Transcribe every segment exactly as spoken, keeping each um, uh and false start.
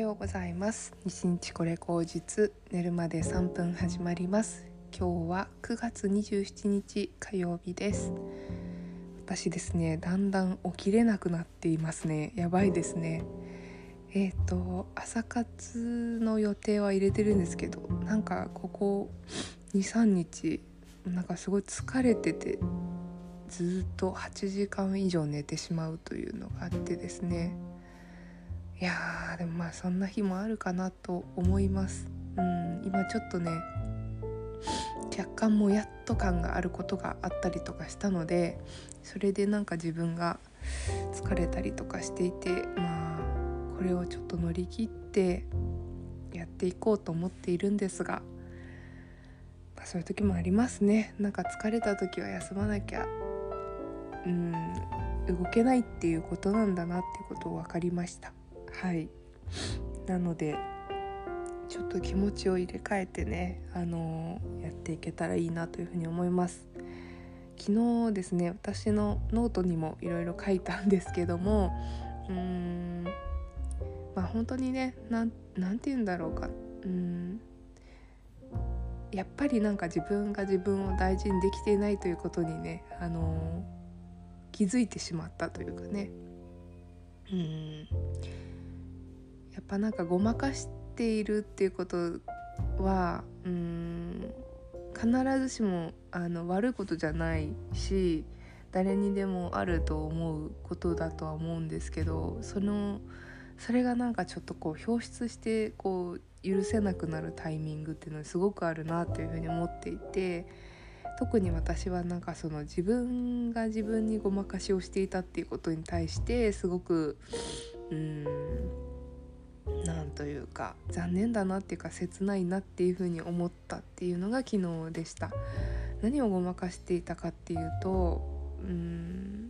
ようございます。日日これ口実、寝るまでさんぷん始まります。今日はくがつにじゅうしちにち火曜日です。私ですね、だんだん起きれなくなっていますね。やばいですね。えっと朝活の予定は入れてるんですけど、なんかここ にさんにちなんかすごい疲れてて、ずっとはちじかん以上寝てしまうというのがあってですね。いやーでもまあそんな日もあるかなと思います。うん今ちょっとね若干もやっと感があることがあったりとかしたので、それでなんか自分が疲れたりとかしていて、まあこれをちょっと乗り切ってやっていこうと思っているんですが、まあ、そういう時もありますね。なんか疲れた時は休まなきゃうん動けないっていうことなんだなっていうことを分かりました。はいなのでちょっと気持ちを入れ替えてね、あのー、やっていけたらいいなというふうに思います。昨日ですね、私のノートにもいろいろ書いたんですけども、うーんまあ本当にね、なん、なんて言うんだろうか、うーんやっぱりなんか自分が自分を大事にできていないということにね、あのー、気づいてしまったというかね、うーんやっぱなんかごまかしているっていうことはうーん必ずしもあの悪いことじゃないし、誰にでもあると思うことだとは思うんですけど、そのそれがなんかちょっとこう表出してこう許せなくなるタイミングっていうのはすごくあるなというふうに思っていて、特に私はなんかその自分が自分にごまかしをしていたっていうことに対してすごくうーんなんというか残念だなっていうか切ないなっていう風に思ったっていうのが昨日でした。何をごまかしていたかっていうと、うーん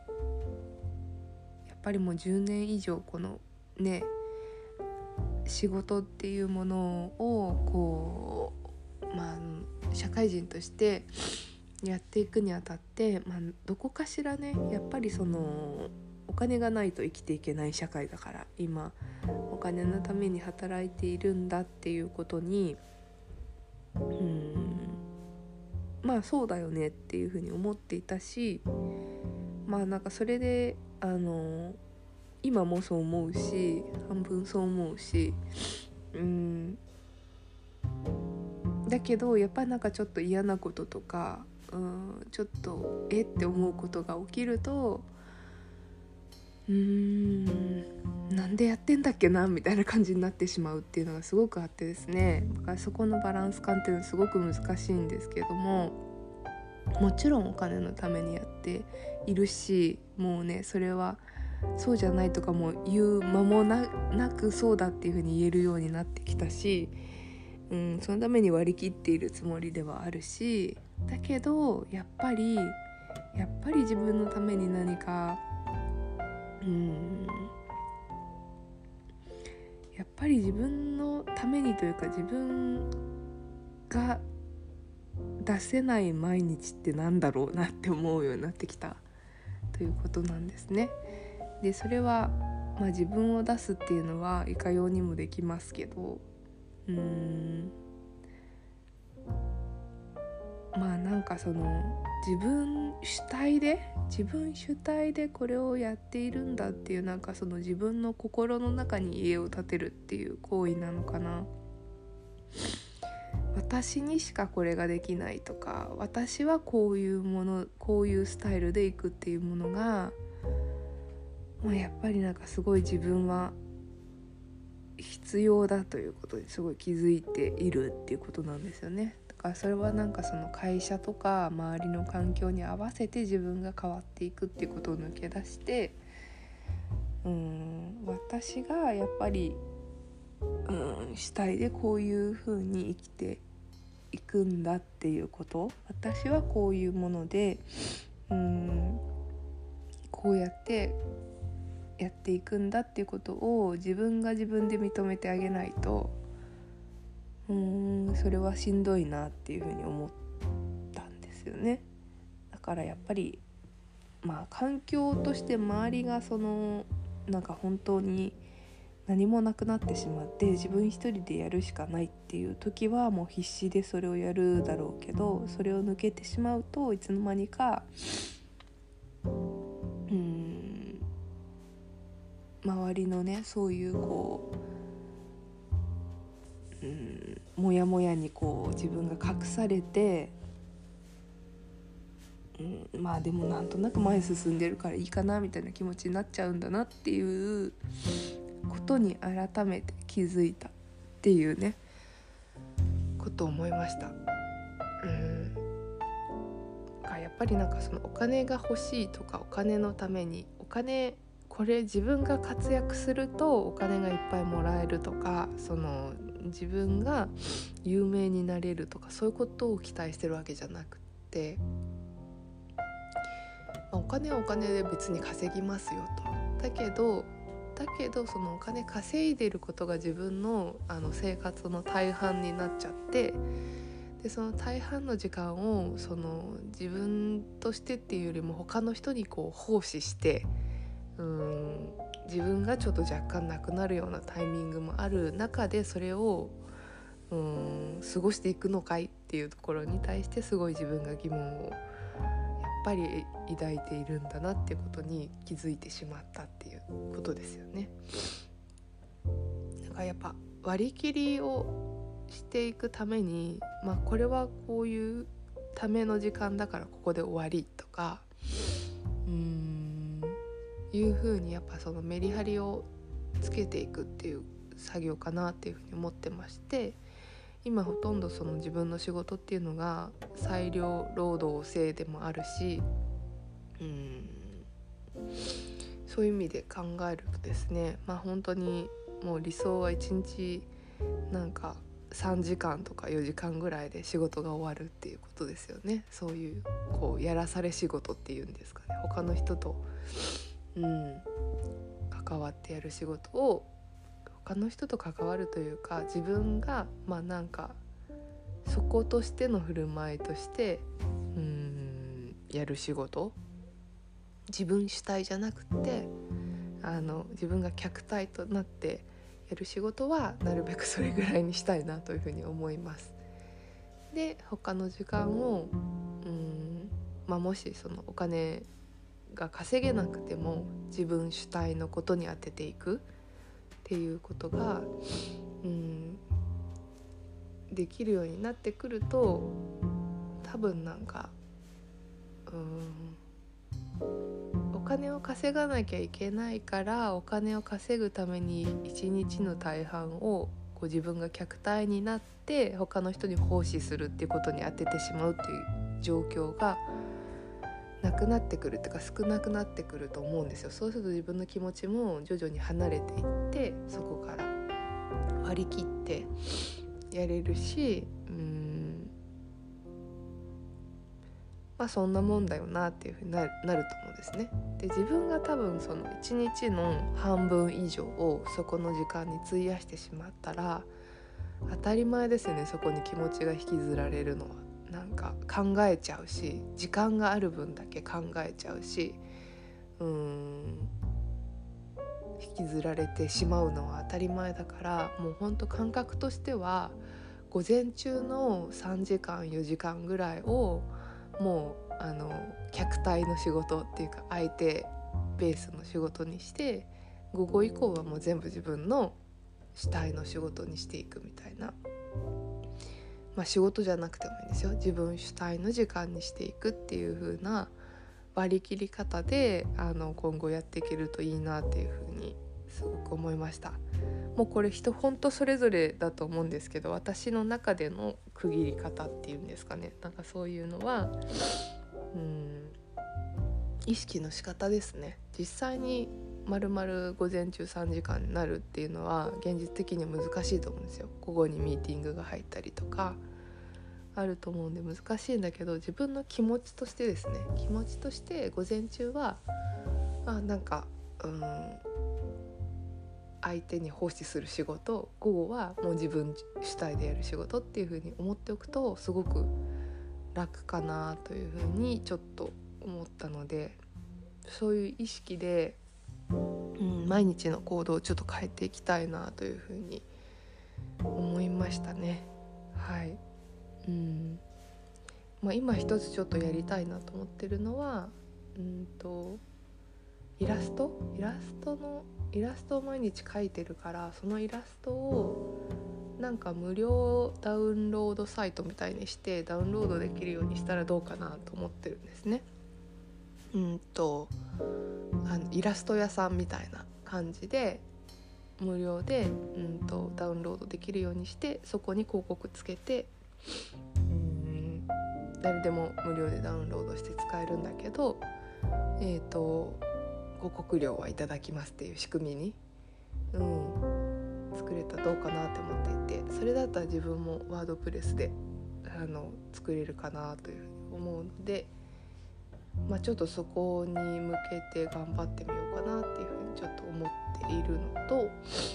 やっぱりもうじゅうねん以上このね仕事っていうものをこうまあ社会人としてやっていくにあたって、まあ、どこかしらねやっぱりそのお金がないと生きていけない社会だから、今お金のために働いているんだっていうことにうーんまあそうだよねっていうふうに思っていたし、まあなんかそれであの今もそう思うし、半分そう思うし、うーんだけどやっぱりなんかちょっと嫌なこととか、うんちょっとえって思うことが起きると、うーんなんでやってんだっけなみたいな感じになってしまうっていうのがすごくあってですね。だからそこのバランス感っていうのはすごく難しいんですけれども、もちろんお金のためにやっているし、もうねそれはそうじゃないとかも言う間も な, なくそうだっていう風に言えるようになってきたし、うん、そのために割り切っているつもりではあるし、だけどやっぱりやっぱり自分のために何かうんやっぱり自分のためにというか、自分が出せない毎日ってなんだろうなって思うようになってきたということなんですね。でそれは、まあ、自分を出すっていうのはいかようにもできますけど、うーんまあなんかその自分主体で自分主体でこれをやっているんだっていう、なんかその自分の心の中に家を建てるっていう行為なのかな。私にしかこれができないとか、私はこういうものこういうスタイルでいくっていうものが、まあ、やっぱりなんかすごい自分は必要だということにすごい気づいているっていうことなんですよね。だからそれはなんかその会社とか周りの環境に合わせて自分が変わっていくっていうことを抜け出して、うーん私がやっぱりうん主体でこういう風に生きていくんだっていうこと、私はこういうものでうんこうやってやっていくんだっていうことを自分が自分で認めてあげないと、うーんそれはしんどいなっていうふうに思ったんですよね。だからやっぱりまあ環境として周りがそのなんか本当に何もなくなってしまって自分一人でやるしかないっていう時はもう必死でそれをやるだろうけど、それを抜けてしまうといつの間にかうーん周りのねそういうこう、うん、もやもやにこう自分が隠されて、うん、まあでもなんとなく前進んでるからいいかなみたいな気持ちになっちゃうんだなっていうことに改めて気づいたっていうねことを思いました。うんやっぱりなんかそのお金が欲しいとかお金のためにお金これ自分が活躍するとお金がいっぱいもらえるとか、その自分が有名になれるとかそういうことを期待してるわけじゃなくて、お金はお金で別に稼ぎますよと。だけどだけどそのお金稼いでることが自分の、あの生活の大半になっちゃって、でその大半の時間をその自分としてっていうよりも他の人にこう奉仕して、うーん自分がちょっと若干なくなるようなタイミングもある中でそれをうーん過ごしていくのかいっていうところに対してすごい自分が疑問をやっぱり抱いているんだなっていうことに気づいてしまったっていうことですよね。なんかやっぱ割り切りをしていくために、まあこれはこういうための時間だからここで終わりとか、うーんいう風にやっぱそのメリハリをつけていくっていう作業かなっていうふうに思ってまして、今ほとんどその自分の仕事っていうのが裁量労働制でもあるし、うーんそういう意味で考えるとですね、まあ本当にもう理想はいちにちなんかさんじかんとかよじかんぐらいで仕事が終わるっていうことですよね。そういうこうやらされ仕事っていうんですかね、他の人と、うん、関わってやる仕事を他の人と関わるというか、自分がまあなんかそことしての振る舞いとしてうーんやる仕事、自分主体じゃなくてあの自分が客体となってやる仕事はなるべくそれぐらいにしたいなというふうに思います。で他の時間をうーん、まあ、もしそのお金が稼げなくても自分主体のことに当てていくっていうことがうんできるようになってくると、多分なんかうんお金を稼がなきゃいけないからお金を稼ぐために一日の大半をこう自分が客体になって他の人に奉仕するっていうことに当ててしまうっていう状況がなくなってくるっていうか少なくなってくると思うんですよ。そうすると自分の気持ちも徐々に離れていってそこから割り切ってやれるし、うーんまあそんなもんだよなっていうふうになる、なると思うんですね。で自分が多分そのいちにちの半分以上をそこの時間に費やしてしまったら当たり前ですよね。そこに気持ちが引きずられるのはなんか考えちゃうし、時間がある分だけ考えちゃうし、うーん引きずられてしまうのは当たり前だから、もうほんと感覚としては午前中のさんじかんよじかんぐらいをもうあの客体の仕事っていうか相手ベースの仕事にして、午後以降はもう全部自分の主体の仕事にしていくみたいな、まあ仕事じゃなくてもいいんですよ、自分主体の時間にしていくっていう風な割り切り方であの今後やっていけるといいなっていう風にすごく思いました。もうこれ人ほんとそれぞれだと思うんですけど、私の中での区切り方っていうんですかね、なんかそういうのはうん意識の仕方ですね。実際にまるまる午前中さんじかんになるっていうのは現実的には難しいと思うんですよ。午後にミーティングが入ったりとかあると思うんで難しいんだけど、自分の気持ちとしてですね、気持ちとして午前中はあなんかうん相手に奉仕する仕事、午後はもう自分主体でやる仕事っていう風に思っておくとすごく楽かなという風にちょっと思ったので、そういう意識でうん、毎日の行動をちょっと変えていきたいなというふうに思いましたね。はい、うんまあ、今一つちょっとやりたいなと思ってるのはうんとイラストイラストのイラストを毎日描いてるから、そのイラストをなんか無料ダウンロードサイトみたいにしてダウンロードできるようにしたらどうかなと思ってるんですね。うんとあのイラスト屋さんみたいな感じで無料でうんとダウンロードできるようにして、そこに広告つけて、うん誰でも無料でダウンロードして使えるんだけど、えーと広告料はいただきますっていう仕組みに、うん、作れたらどうかなって思っていて、それだったら自分もワードプレスであの作れるかなというふうに思うので、まあ、ちょっとそこに向けて頑張ってみようかなっていうふうにちょっと思っているのと、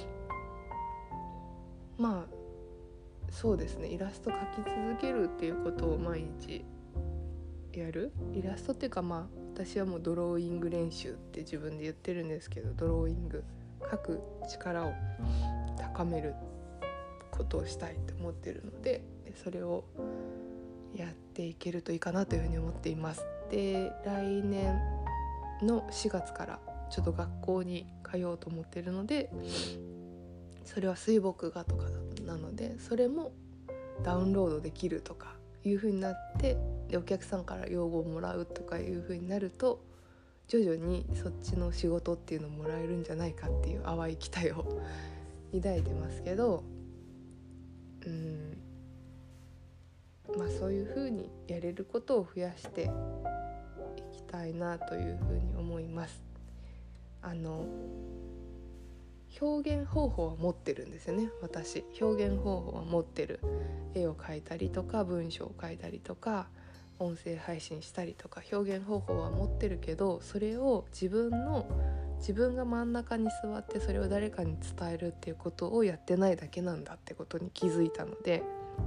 まあそうですね、イラスト描き続けるっていうことを毎日やる。イラストっていうか、まあ私はもうドローイング練習って自分で言ってるんですけど、ドローイング描く力を高めることをしたいと思ってるので、それをやっていけるといいかなというふうに思っています。で、来年のしがつからちょっと学校に通おうと思ってるので、それは水墨画とかなので、それもダウンロードできるとかいう風になって、でお客さんから用語をもらうとかいう風になると、徐々にそっちの仕事っていうのをもらえるんじゃないかっていう淡い期待を抱いてますけど、うんまあそういう風にやれることを増やしていきたいなという風に思います。あの表現方法は持ってるんですよね。私表現方法は持ってる。絵を描いたりとか文章を書いたりとか音声配信したりとか表現方法は持ってるけど、それを自分の自分が真ん中に座ってそれを誰かに伝えるっていうことをやってないだけなんだってことに気づいたので、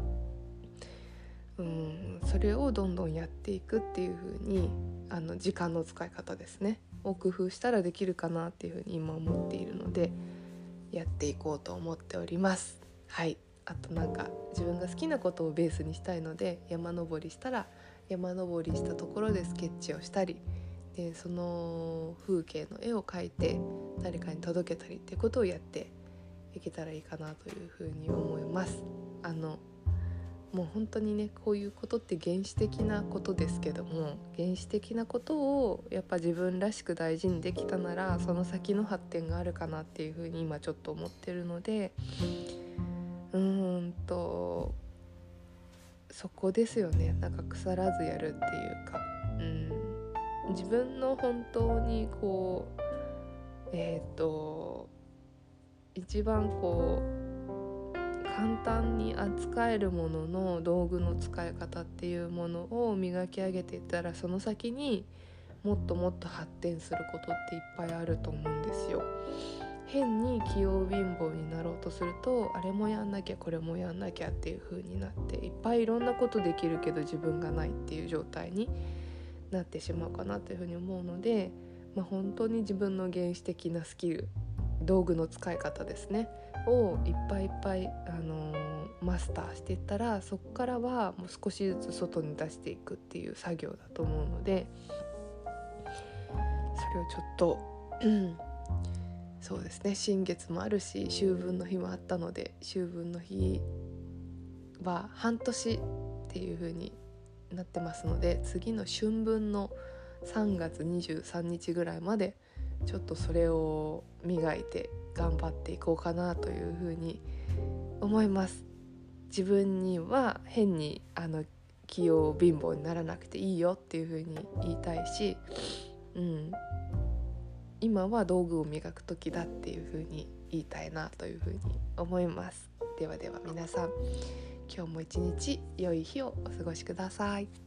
うんそれをどんどんやっていくっていう風に、あの時間の使い方ですねを工夫したらできるかなっていう風に今思っているので、やっていこうと思っております。はい。あとなんか自分が好きなことをベースにしたいので、山登りしたら山登りしたところでスケッチをしたり、でその風景の絵を描いて誰かに届けたりっていうことをやっていけたらいいかなというふうに思います。あのもう本当にね、こういうことって原始的なことですけども、原始的なことをやっぱ自分らしく大事にできたなら、その先の発展があるかなっていうふうに今ちょっと思ってるので、うーんとそこですよね。なんか腐らずやるっていうか、うん自分の本当にこうえっと一番こう簡単に扱えるものの道具の使い方っていうものを磨き上げていったら、その先にもっともっと発展することっていっぱいあると思うんですよ。変に器用貧乏になろうとすると、あれもやんなきゃこれもやんなきゃっていう風になって、いっぱいいろんなことできるけど自分がないっていう状態になってしまうかなという風に思うので、まあ、本当に自分の原始的なスキル、道具の使い方ですねをいっぱいいっぱい、あのー、マスターしていったら、そこからはもう少しずつ外に出していくっていう作業だと思うので、それをちょっと、うんそうですね、新月もあるし秋分の日もあったので、秋分の日は半年っていう風になってますので、次の春分のさんがつにじゅうさんにちぐらいまでちょっとそれを磨いて頑張っていこうかなという風に思います。自分には変にあの器用貧乏にならなくていいよっていう風に言いたいし、うん今は道具を磨く時だっていう風に言いたいなという風に思います。ではでは皆さん、今日も一日良い日をお過ごしください。